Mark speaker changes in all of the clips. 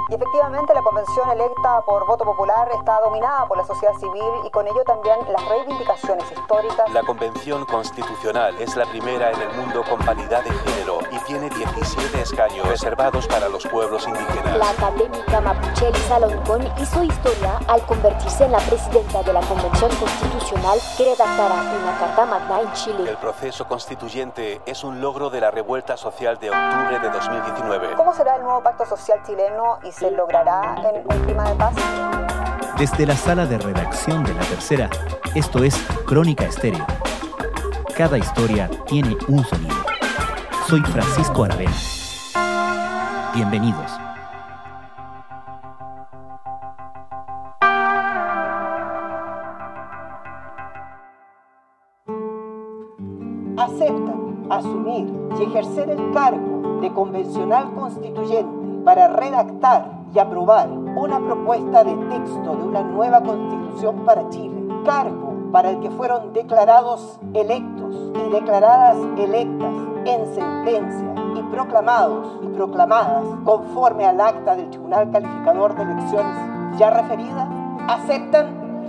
Speaker 1: Y efectivamente la convención electa por voto popular está dominada por la sociedad civil y con ello también las reivindicaciones históricas.
Speaker 2: La convención constitucional es la primera en el mundo con paridad de género y tiene 17 escaños reservados para los pueblos indígenas.
Speaker 3: La académica mapuche Elisa Loncón hizo historia al convertirse en la presidenta de la convención constitucional que redactará una carta magna en Chile.
Speaker 2: El proceso constituyente es un logro de la revuelta social de octubre de 2019.
Speaker 1: ¿Cómo será el nuevo pacto social chileno y se logrará en un clima de paz?
Speaker 4: Desde la sala de redacción de La Tercera, esto es Crónica Estéreo. Cada historia tiene un sonido. Soy Francisco Aravena. Bienvenidos.
Speaker 5: Aceptan asumir y ejercer el cargo de convencional constituyente para redactar y aprobar una propuesta de texto de una nueva constitución para Chile, cargo para el que fueron declarados electos y declaradas electas en sentencia y proclamados y proclamadas conforme al acta del Tribunal Calificador de Elecciones ya referida, aceptan.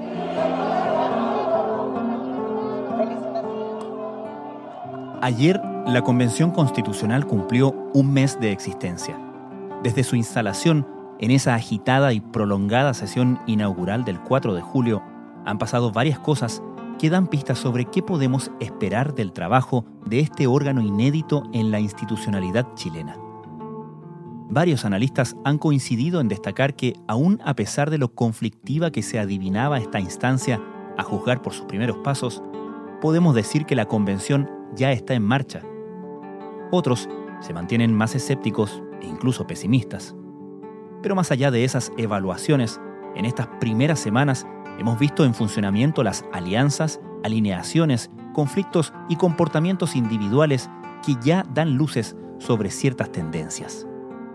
Speaker 4: Ayer, la Convención Constitucional cumplió un mes de existencia. Desde su instalación en esa agitada y prolongada sesión inaugural del 4 de julio, han pasado varias cosas que dan pistas sobre qué podemos esperar del trabajo de este órgano inédito en la institucionalidad chilena. Varios analistas han coincidido en destacar que, aún a pesar de lo conflictiva que se adivinaba esta instancia, a juzgar por sus primeros pasos, podemos decir que la convención ya está en marcha. Otros se mantienen más escépticos e incluso pesimistas. Pero más allá de esas evaluaciones, en estas primeras semanas hemos visto en funcionamiento las alianzas, alineaciones, conflictos y comportamientos individuales que ya dan luces sobre ciertas tendencias.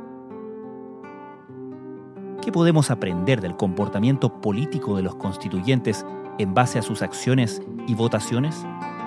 Speaker 4: ¿Qué podemos aprender del comportamiento político de los constituyentes en base a sus acciones y votaciones?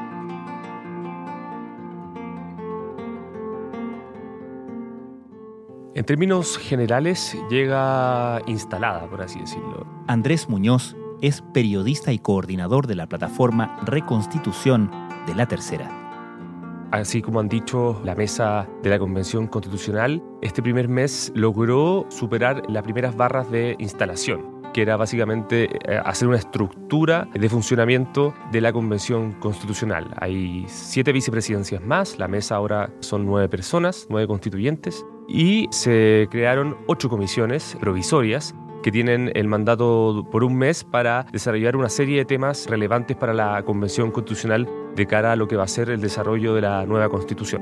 Speaker 6: En términos generales, llega instalada, por así decirlo.
Speaker 4: Andrés Muñoz es periodista y coordinador de la plataforma Reconstitución de La Tercera.
Speaker 6: Así como han dicho la mesa de la Convención Constitucional, este primer mes logró superar las primeras barras de instalación, que era básicamente hacer una estructura de funcionamiento de la Convención Constitucional. Hay 7 vicepresidencias más, la mesa ahora son 9 personas, 9 constituyentes, y se crearon 8 comisiones provisorias que tienen el mandato por un mes para desarrollar una serie de temas relevantes para la Convención Constitucional de cara a lo que va a ser el desarrollo de la nueva Constitución.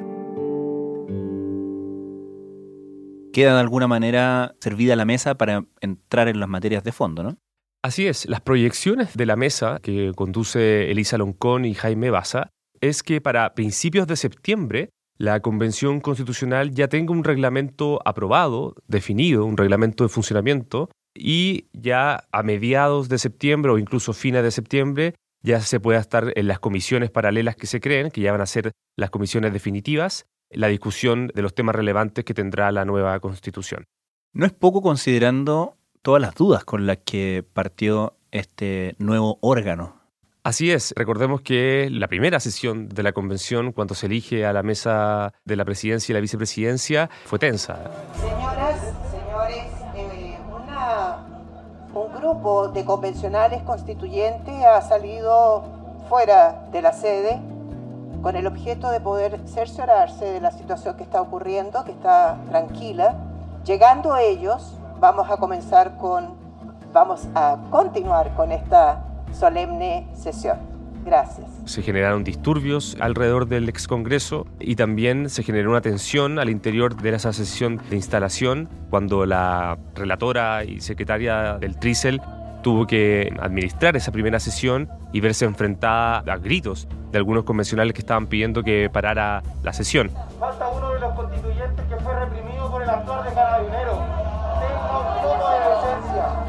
Speaker 4: Queda de alguna manera servida la mesa para entrar en las materias de fondo, ¿no?
Speaker 6: Así es, las proyecciones de la mesa que conduce Elisa Loncón y Jaime Baza es que para principios de septiembre la Convención Constitucional ya tenga un reglamento aprobado, definido, un reglamento de funcionamiento, y ya a mediados de septiembre o incluso fines de septiembre ya se pueda estar en las comisiones paralelas que se creen, que ya van a ser las comisiones definitivas, la discusión de los temas relevantes que tendrá la nueva Constitución.
Speaker 4: No es poco considerando todas las dudas con las que partió este nuevo órgano.
Speaker 6: Así es, recordemos que la primera sesión de la Convención, cuando se elige a la mesa de la presidencia y la vicepresidencia, fue tensa.
Speaker 5: Señoras, señores, un grupo de convencionales constituyentes ha salido fuera de la sede con el objeto de poder cerciorarse de la situación que está ocurriendo, que está tranquila. Llegando ellos, vamos a continuar con esta solemne sesión. Gracias.
Speaker 6: Se generaron disturbios alrededor del excongreso y también se generó una tensión al interior de esa sesión de instalación cuando la relatora y secretaria del Trícel tuvo que administrar esa primera sesión y verse enfrentada a gritos de algunos convencionales que estaban pidiendo que parara la sesión.
Speaker 7: Falta uno de los constituyentes que fue reprimido por el actuar de Carabineros. Tenga un poco de decencia.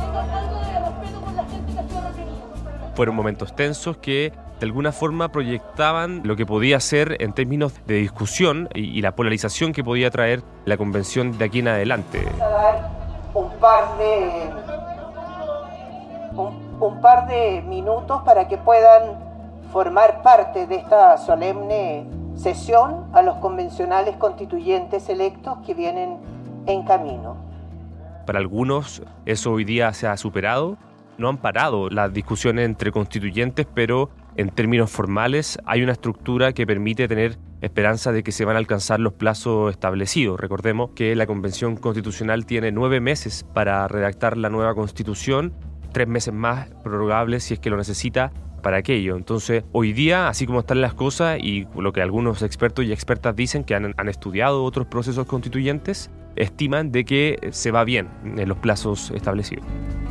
Speaker 6: Fueron momentos tensos que de alguna forma proyectaban lo que podía ser en términos de discusión y la polarización que podía traer la convención de aquí en adelante.
Speaker 5: Vamos a dar un par de minutos para que puedan formar parte de esta solemne sesión a los convencionales constituyentes electos que vienen en camino.
Speaker 6: Para algunos eso hoy día se ha superado. No han parado las discusiones entre constituyentes, pero en términos formales hay una estructura que permite tener esperanza de que se van a alcanzar los plazos establecidos. Recordemos que la Convención Constitucional tiene 9 meses para redactar la nueva Constitución, 3 meses más prorrogables si es que lo necesita para aquello. Entonces, hoy día, así como están las cosas y lo que algunos expertos y expertas dicen que han estudiado otros procesos constituyentes, estiman de que se va bien en los plazos establecidos.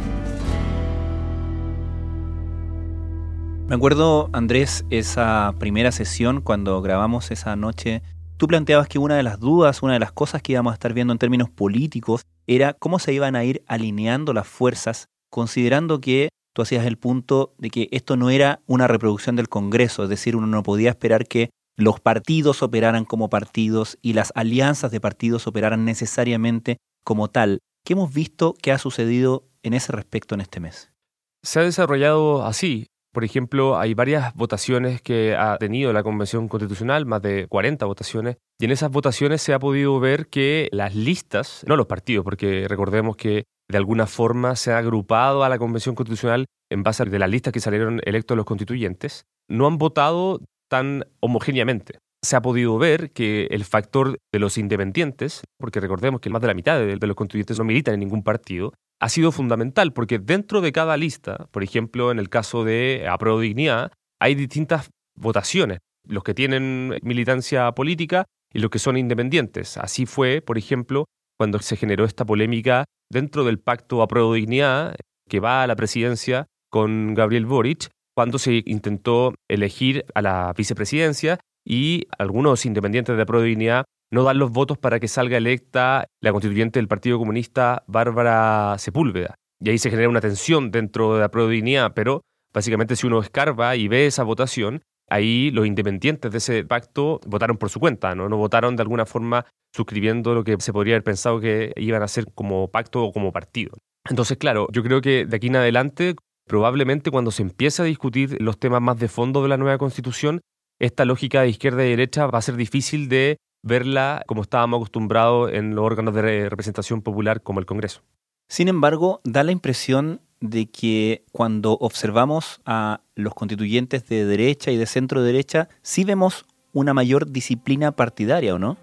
Speaker 4: Me acuerdo, Andrés, esa primera sesión cuando grabamos esa noche, tú planteabas que una de las dudas, una de las cosas que íbamos a estar viendo en términos políticos era cómo se iban a ir alineando las fuerzas, considerando que tú hacías el punto de que esto no era una reproducción del Congreso, es decir, uno no podía esperar que los partidos operaran como partidos y las alianzas de partidos operaran necesariamente como tal. ¿Qué hemos visto que ha sucedido en ese respecto en este mes?
Speaker 6: Se ha desarrollado así. Por ejemplo, hay varias votaciones que ha tenido la Convención Constitucional, más de 40 votaciones, y en esas votaciones se ha podido ver que las listas, no los partidos, porque recordemos que de alguna forma se ha agrupado a la Convención Constitucional en base a las listas que salieron electos los constituyentes, no han votado tan homogéneamente. Se ha podido ver que el factor de los independientes, porque recordemos que más de la mitad de los constituyentes no militan en ningún partido, ha sido fundamental, porque dentro de cada lista, por ejemplo, en el caso de Apruebo Dignidad, hay distintas votaciones, los que tienen militancia política y los que son independientes. Así fue, por ejemplo, cuando se generó esta polémica dentro del pacto Apruebo Dignidad, que va a la presidencia con Gabriel Boric, cuando se intentó elegir a la vicepresidencia y algunos independientes de Apruebo Dignidad no dan los votos para que salga electa la constituyente del Partido Comunista, Bárbara Sepúlveda. Y ahí se genera una tensión dentro de la Apruebo Dignidad, pero básicamente si uno escarba y ve esa votación, ahí los independientes de ese pacto votaron por su cuenta, no votaron de alguna forma suscribiendo lo que se podría haber pensado que iban a hacer como pacto o como partido. Entonces, claro, yo creo que de aquí en adelante, probablemente cuando se empiece a discutir los temas más de fondo de la nueva Constitución, esta lógica de izquierda y derecha va a ser difícil de verla como estábamos acostumbrados en los órganos de representación popular como el Congreso.
Speaker 4: Sin embargo, da la impresión de que cuando observamos a los constituyentes de derecha y de centro derecha, sí vemos una mayor disciplina partidaria, ¿o no?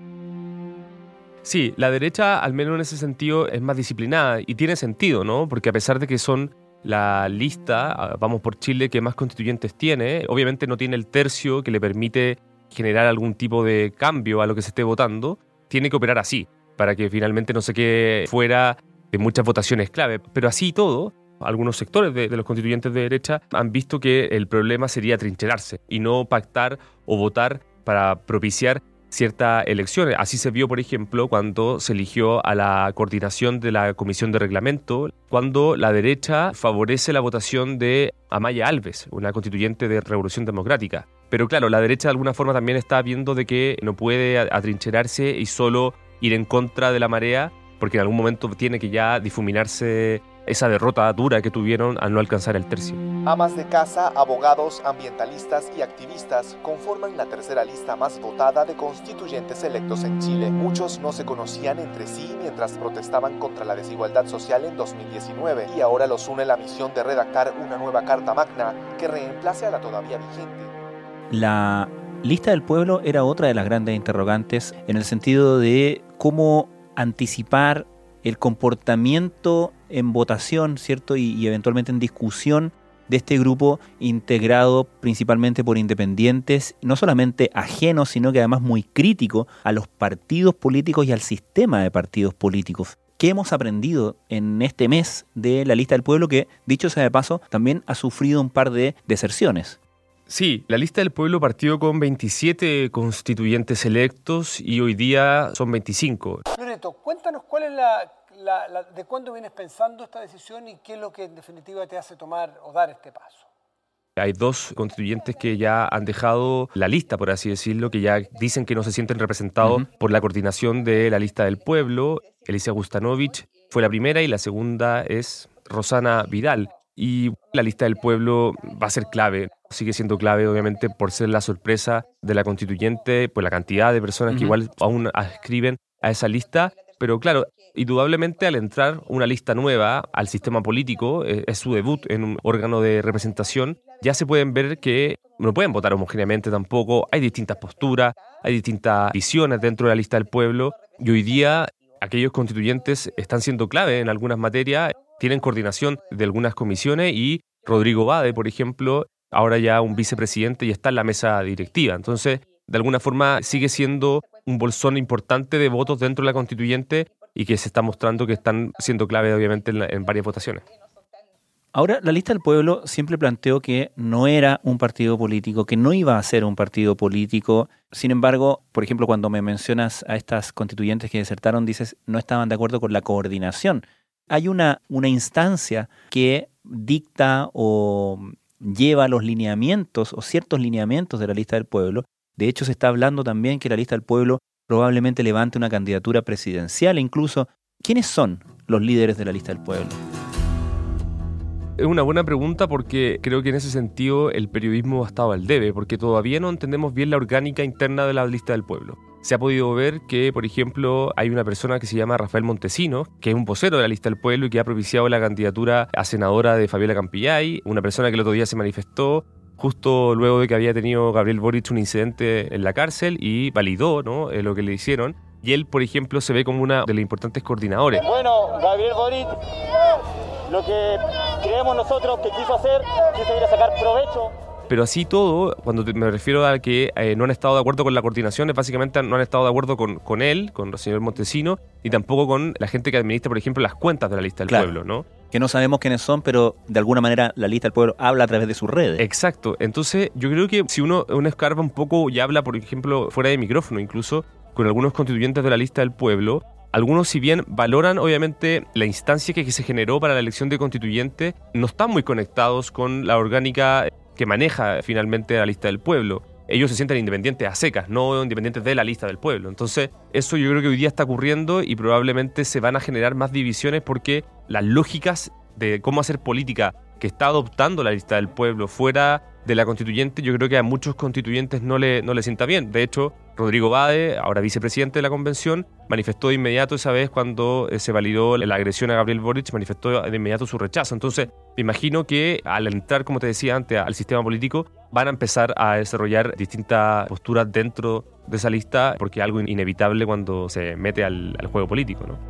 Speaker 6: Sí, la derecha, al menos en ese sentido, es más disciplinada y tiene sentido, ¿no? Porque a pesar de que son la lista, Vamos por Chile, que más constituyentes tiene, obviamente no tiene el tercio que le permite generar algún tipo de cambio a lo que se esté votando, tiene que operar así, para que finalmente no se quede fuera de muchas votaciones clave. Pero así y todo, algunos sectores de los constituyentes de derecha han visto que el problema sería trincherarse y no pactar o votar para propiciar ciertas elecciones. Así se vio, por ejemplo, cuando se eligió a la coordinación de la Comisión de Reglamento, cuando la derecha favorece la votación de Amaya Alves, una constituyente de Revolución Democrática. Pero claro, la derecha de alguna forma también está viendo de que no puede atrincherarse y solo ir en contra de la marea, porque en algún momento tiene que ya difuminarse esa derrota dura que tuvieron al no alcanzar el tercio.
Speaker 8: Amas de casa, abogados, ambientalistas y activistas conforman la tercera lista más votada de constituyentes electos en Chile. Muchos no se conocían entre sí mientras protestaban contra la desigualdad social en 2019 y ahora los une la misión de redactar una nueva Carta Magna que reemplace a la todavía vigente.
Speaker 4: La lista del pueblo era otra de las grandes interrogantes en el sentido de cómo anticipar el comportamiento en votación, ¿cierto? Y eventualmente en discusión de este grupo integrado principalmente por independientes, no solamente ajenos, sino que además muy crítico a los partidos políticos y al sistema de partidos políticos. ¿Qué hemos aprendido en este mes de la lista del pueblo que, dicho sea de paso, también ha sufrido un par de deserciones?
Speaker 6: Sí, la lista del pueblo partió con 27 constituyentes electos y hoy día son 25.
Speaker 9: Loreto, cuéntanos cuál es de cuándo vienes pensando esta decisión y qué es lo que en definitiva te hace tomar o dar este paso.
Speaker 6: Hay 2 constituyentes que ya han dejado la lista, por así decirlo, que ya dicen que no se sienten representados por la coordinación de la lista del pueblo, Elisa Gustanovich fue la primera y la segunda es Rosana Vidal. Y la lista del pueblo va a ser clave, sigue siendo clave obviamente por ser la sorpresa de la constituyente, por la cantidad de personas que igual aún adscriben a esa lista. Pero claro, indudablemente al entrar una lista nueva al sistema político, es su debut en un órgano de representación, ya se pueden ver que no pueden votar homogéneamente tampoco, hay distintas posturas, hay distintas visiones dentro de la lista del pueblo y hoy día aquellos constituyentes están siendo clave en algunas materias, tienen coordinación de algunas comisiones y Rodrigo Bade, por ejemplo, ahora ya un vicepresidente y está en la mesa directiva. Entonces, de alguna forma sigue siendo un bolsón importante de votos dentro de la constituyente y que se está mostrando que están siendo clave obviamente en varias votaciones.
Speaker 4: Ahora, la lista del pueblo siempre planteó que no era un partido político, que no iba a ser un partido político. Sin embargo, por ejemplo, cuando me mencionas a estas constituyentes que desertaron, dices no estaban de acuerdo con la coordinación. Hay una instancia que dicta o lleva los lineamientos o ciertos lineamientos de la lista del pueblo. De hecho, se está hablando también que la lista del pueblo probablemente levante una candidatura presidencial. E incluso, ¿quiénes son los líderes de la lista del pueblo?
Speaker 6: Es una buena pregunta porque creo que en ese sentido el periodismo ha estado al debe, porque todavía no entendemos bien la orgánica interna de la lista del pueblo. Se ha podido ver que, por ejemplo, hay una persona que se llama Rafael Montesinos, que es un vocero de la lista del pueblo y que ha propiciado la candidatura a senadora de Fabiola Campillay, una persona que el otro día se manifestó justo luego de que había tenido Gabriel Boric un incidente en la cárcel y validó, ¿no?, lo que le hicieron. Y él, por ejemplo, se ve como una de los importantes coordinadores.
Speaker 7: Bueno, Gabriel Boric, lo que creemos nosotros que quiso ir a sacar provecho.
Speaker 6: Pero así todo, cuando me refiero a que no han estado de acuerdo con la coordinación, es básicamente no han estado de acuerdo con él, con el señor Montesinos, ni tampoco con la gente que administra, por ejemplo, las cuentas de la lista del pueblo, ¿no?
Speaker 4: Que no sabemos quiénes son, pero de alguna manera la lista del pueblo habla a través de sus redes.
Speaker 6: Exacto. Entonces, yo creo que si uno escarba un poco y habla, por ejemplo, fuera de micrófono, incluso con algunos constituyentes de la lista del pueblo, algunos, si bien valoran obviamente la instancia que se generó para la elección de constituyente, no están muy conectados con la orgánica que maneja finalmente la lista del pueblo. Ellos se sienten independientes a secas, no independientes de la lista del pueblo. Entonces, eso yo creo que hoy día está ocurriendo y probablemente se van a generar más divisiones porque las lógicas de cómo hacer política que está adoptando la lista del pueblo fuera de la constituyente, yo creo que a muchos constituyentes no le sienta bien. De hecho, Rodrigo Bade, ahora vicepresidente de la convención, manifestó de inmediato esa vez cuando se validó la agresión a Gabriel Boric, manifestó de inmediato su rechazo. Entonces, me imagino que al entrar, como te decía antes, al sistema político, van a empezar a desarrollar distintas posturas dentro de esa lista, porque es algo inevitable cuando se mete al juego político, ¿no?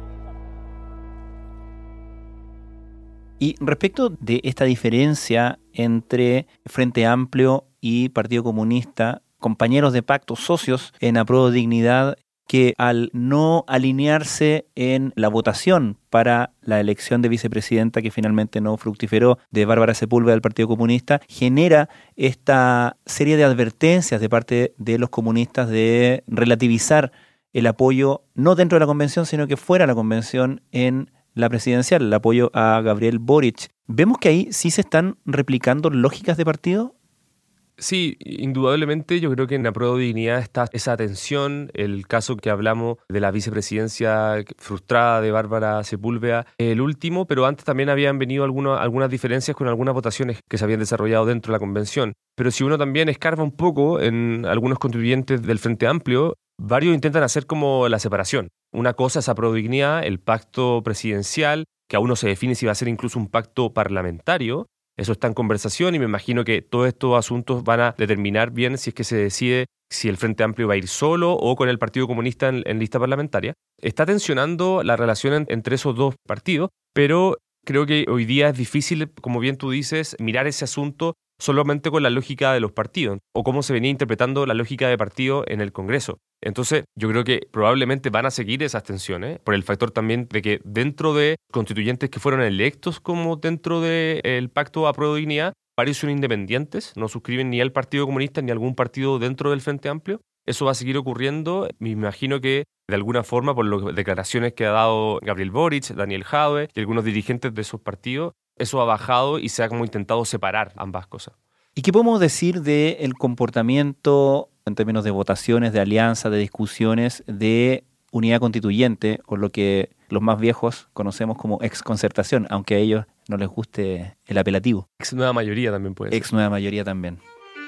Speaker 4: Y respecto de esta diferencia entre Frente Amplio y Partido Comunista, compañeros de pacto, socios en Apruebo Dignidad, que al no alinearse en la votación para la elección de vicepresidenta, que finalmente no fructiferó, de Bárbara Sepúlveda del Partido Comunista, genera esta serie de advertencias de parte de los comunistas de relativizar el apoyo, no dentro de la convención, sino que fuera de la convención en la presidencial, el apoyo a Gabriel Boric. ¿Vemos que ahí sí se están replicando lógicas de partido?
Speaker 6: Sí, indudablemente yo creo que en Apruebo Dignidad está esa tensión, el caso que hablamos de la vicepresidencia frustrada de Bárbara Sepúlveda, el último, pero antes también habían venido algunas diferencias con algunas votaciones que se habían desarrollado dentro de la convención. Pero si uno también escarba un poco en algunos constituyentes del Frente Amplio, varios intentan hacer como la separación. Una cosa es Apruebo Dignidad, el pacto presidencial, que aún no se define si va a ser incluso un pacto parlamentario. Eso está en conversación y me imagino que todos estos asuntos van a determinar bien si es que se decide si el Frente Amplio va a ir solo o con el Partido Comunista en lista parlamentaria. Está tensionando la relación entre esos dos partidos, pero creo que hoy día es difícil, como bien tú dices, mirar ese asunto solamente con la lógica de los partidos o cómo se venía interpretando la lógica de partido en el Congreso. Entonces, yo creo que probablemente van a seguir esas tensiones por el factor también de que dentro de constituyentes que fueron electos como dentro del Pacto Apruebo Dignidad, varios son independientes, no suscriben ni al Partido Comunista ni a algún partido dentro del Frente Amplio. Eso va a seguir ocurriendo. Me imagino que de alguna forma, por las declaraciones que ha dado Gabriel Boric, Daniel Jadwe y algunos dirigentes de esos partidos, eso ha bajado y se ha como intentado separar ambas cosas.
Speaker 4: ¿Y qué podemos decir del comportamiento en términos de votaciones, de alianza, de discusiones, de unidad constituyente, o lo que los más viejos conocemos como exconcertación, aunque a ellos no les guste el apelativo.
Speaker 6: Ex nueva mayoría también puede ser.
Speaker 4: Ex nueva mayoría también.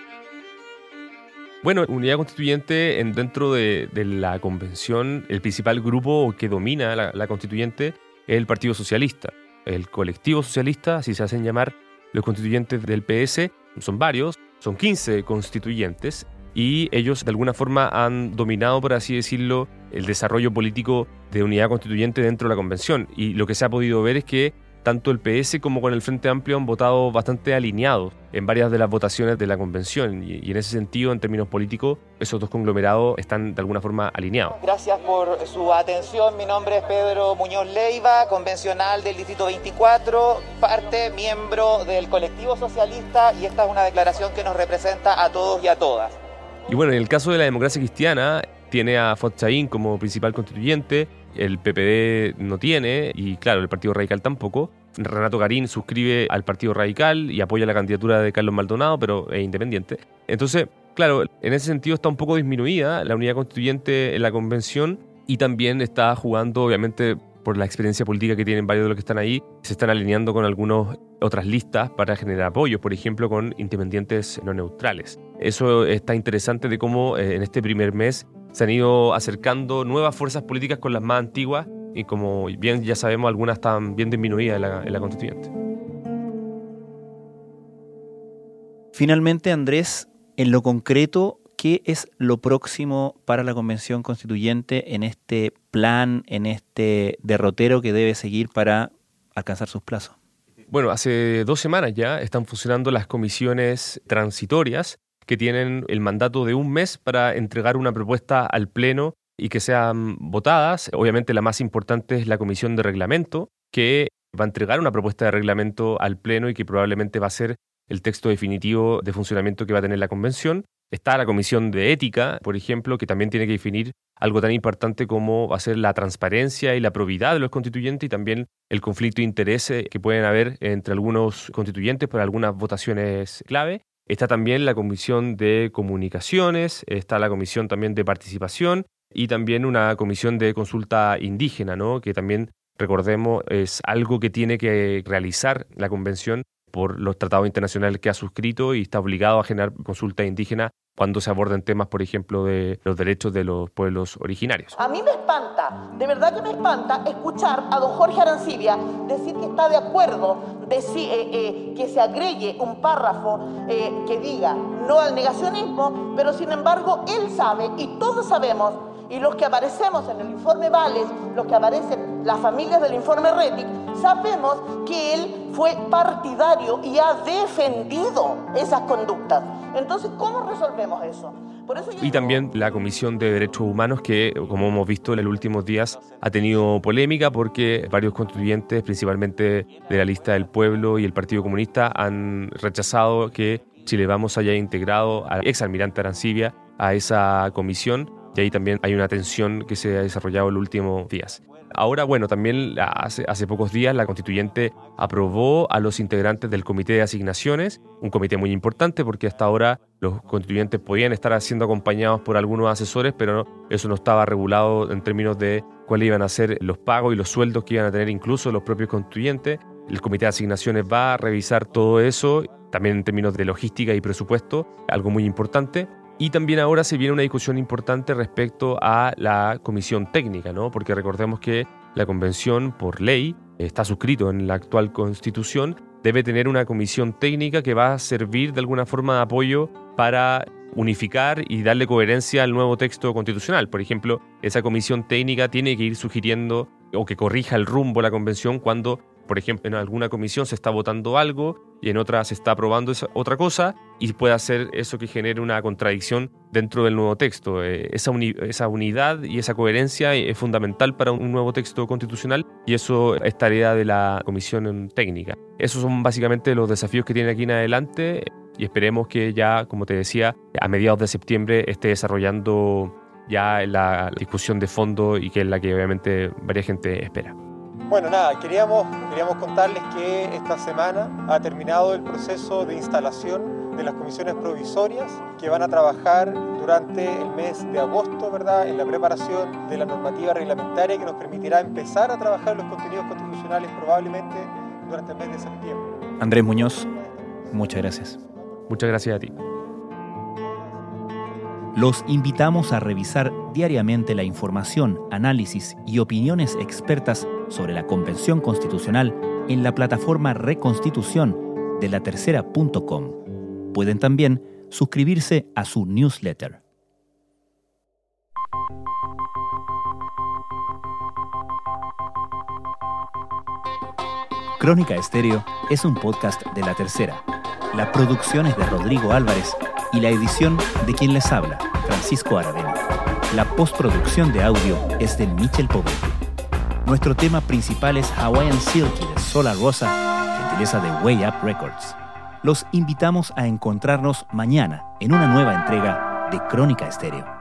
Speaker 6: Bueno, Unidad Constituyente, dentro de la convención, el principal grupo que domina la constituyente es el Partido Socialista. El colectivo socialista, así se hacen llamar los constituyentes del PS, son varios, son 15 constituyentes, y ellos de alguna forma han dominado, por así decirlo, el desarrollo político de Unidad Constituyente dentro de la convención. Y lo que se ha podido ver es que tanto el PS como con el Frente Amplio han votado bastante alineados en varias de las votaciones de la convención, y en ese sentido, en términos políticos, esos dos conglomerados están de alguna forma alineados.
Speaker 10: Gracias por su atención. Mi nombre es Pedro Muñoz Leiva, convencional del Distrito 24, miembro del colectivo socialista, y esta es una declaración que nos representa a todos y a todas.
Speaker 6: Y bueno, en el caso de la democracia cristiana, tiene a Foz Chaín como principal constituyente, el PPD no tiene, y claro, el Partido Radical tampoco. Renato Garín suscribe al Partido Radical y apoya la candidatura de Carlos Maldonado, pero es independiente. Entonces, claro, en ese sentido está un poco disminuida la unidad constituyente en la convención, y también está jugando, obviamente, por la experiencia política que tienen varios de los que están ahí, se están alineando con algunas otras listas para generar apoyos, por ejemplo, con independientes no neutrales. Eso está interesante de cómo en este primer mes se han ido acercando nuevas fuerzas políticas con las más antiguas, y como bien ya sabemos, algunas están bien disminuidas en la constituyente.
Speaker 4: Finalmente, Andrés, en lo concreto, ¿qué es lo próximo para la Convención Constituyente en este plan, en este derrotero que debe seguir para alcanzar sus plazos?
Speaker 6: Bueno, hace 2 semanas ya están funcionando las comisiones transitorias que tienen el mandato de un mes para entregar una propuesta al Pleno y que sean votadas. Obviamente la más importante es la Comisión de Reglamento, que va a entregar una propuesta de reglamento al Pleno y que probablemente va a ser el texto definitivo de funcionamiento que va a tener la Convención. Está la Comisión de Ética, por ejemplo, que también tiene que definir algo tan importante como va a ser la transparencia y la probidad de los constituyentes, y también el conflicto de intereses que pueden haber entre algunos constituyentes por algunas votaciones clave. Está también la Comisión de Comunicaciones, está la Comisión también de Participación y también una Comisión de Consulta Indígena, ¿no? Que también, recordemos, es algo que tiene que realizar la Convención por los tratados internacionales que ha suscrito, y está obligado a generar consulta indígena cuando se aborden temas, por ejemplo, de los derechos de los pueblos originarios.
Speaker 11: A mí me espanta, de verdad que me espanta, escuchar a don Jorge Arancibia decir que está de acuerdo, que se agregue un párrafo que diga no al negacionismo, pero sin embargo él sabe, y todos sabemos, y los que aparecemos en el informe Vales, los que aparecen las familias del informe Rettig, sabemos que él fue partidario y ha defendido esas conductas. Entonces, ¿cómo resolvemos eso? Por eso
Speaker 6: y también la Comisión de Derechos Humanos, que, como hemos visto en los últimos días, ha tenido polémica porque varios constituyentes, principalmente de la lista del Pueblo y el Partido Comunista, han rechazado que Chile Vamos haya integrado al exalmirante Arancibia a esa comisión. Y ahí también hay una tensión que se ha desarrollado en los últimos días. Ahora, bueno, también hace pocos días la constituyente aprobó a los integrantes del Comité de Asignaciones, un comité muy importante porque hasta ahora los constituyentes podían estar siendo acompañados por algunos asesores, pero eso no estaba regulado en términos de cuáles iban a ser los pagos y los sueldos que iban a tener incluso los propios constituyentes. El Comité de Asignaciones va a revisar todo eso, también en términos de logística y presupuesto, algo muy importante. Y también ahora se viene una discusión importante respecto a la comisión técnica, ¿no? Porque recordemos que la Convención, por ley, está suscrito en la actual Constitución, debe tener una comisión técnica que va a servir de alguna forma de apoyo para unificar y darle coherencia al nuevo texto constitucional. Por ejemplo, esa comisión técnica tiene que ir sugiriendo o que corrija el rumbo de la Convención cuando, por ejemplo, en alguna comisión se está votando algo y en otra se está aprobando otra cosa, y puede hacer eso que genere una contradicción dentro del nuevo texto. Esa unidad y esa coherencia es fundamental para un nuevo texto constitucional, y eso es tarea de la comisión técnica. Esos son básicamente los desafíos que tiene aquí en adelante, y esperemos que ya, como te decía, a mediados de septiembre esté desarrollando ya la discusión de fondo, y que es la que obviamente varias gente espera.
Speaker 12: Bueno, nada, queríamos contarles que esta semana ha terminado el proceso de instalación de las comisiones provisorias que van a trabajar durante el mes de agosto, ¿verdad?, en la preparación de la normativa reglamentaria que nos permitirá empezar a trabajar los contenidos constitucionales probablemente durante el mes de septiembre.
Speaker 4: Andrés Muñoz, muchas gracias.
Speaker 6: Muchas gracias a ti.
Speaker 4: Los invitamos a revisar diariamente la información, análisis y opiniones expertas sobre la Convención Constitucional en la plataforma Reconstitución de latercera.com. Pueden también suscribirse a su newsletter. Crónica Estéreo es un podcast de La Tercera. La producción es de Rodrigo Álvarez y la edición de quien les habla, Francisco Aravena. La postproducción de audio es de Michel Poblete. Nuestro tema principal es Hawaiian Silky de Sola Rosa, gentileza de Way Up Records. Los invitamos a encontrarnos mañana en una nueva entrega de Crónica Estéreo.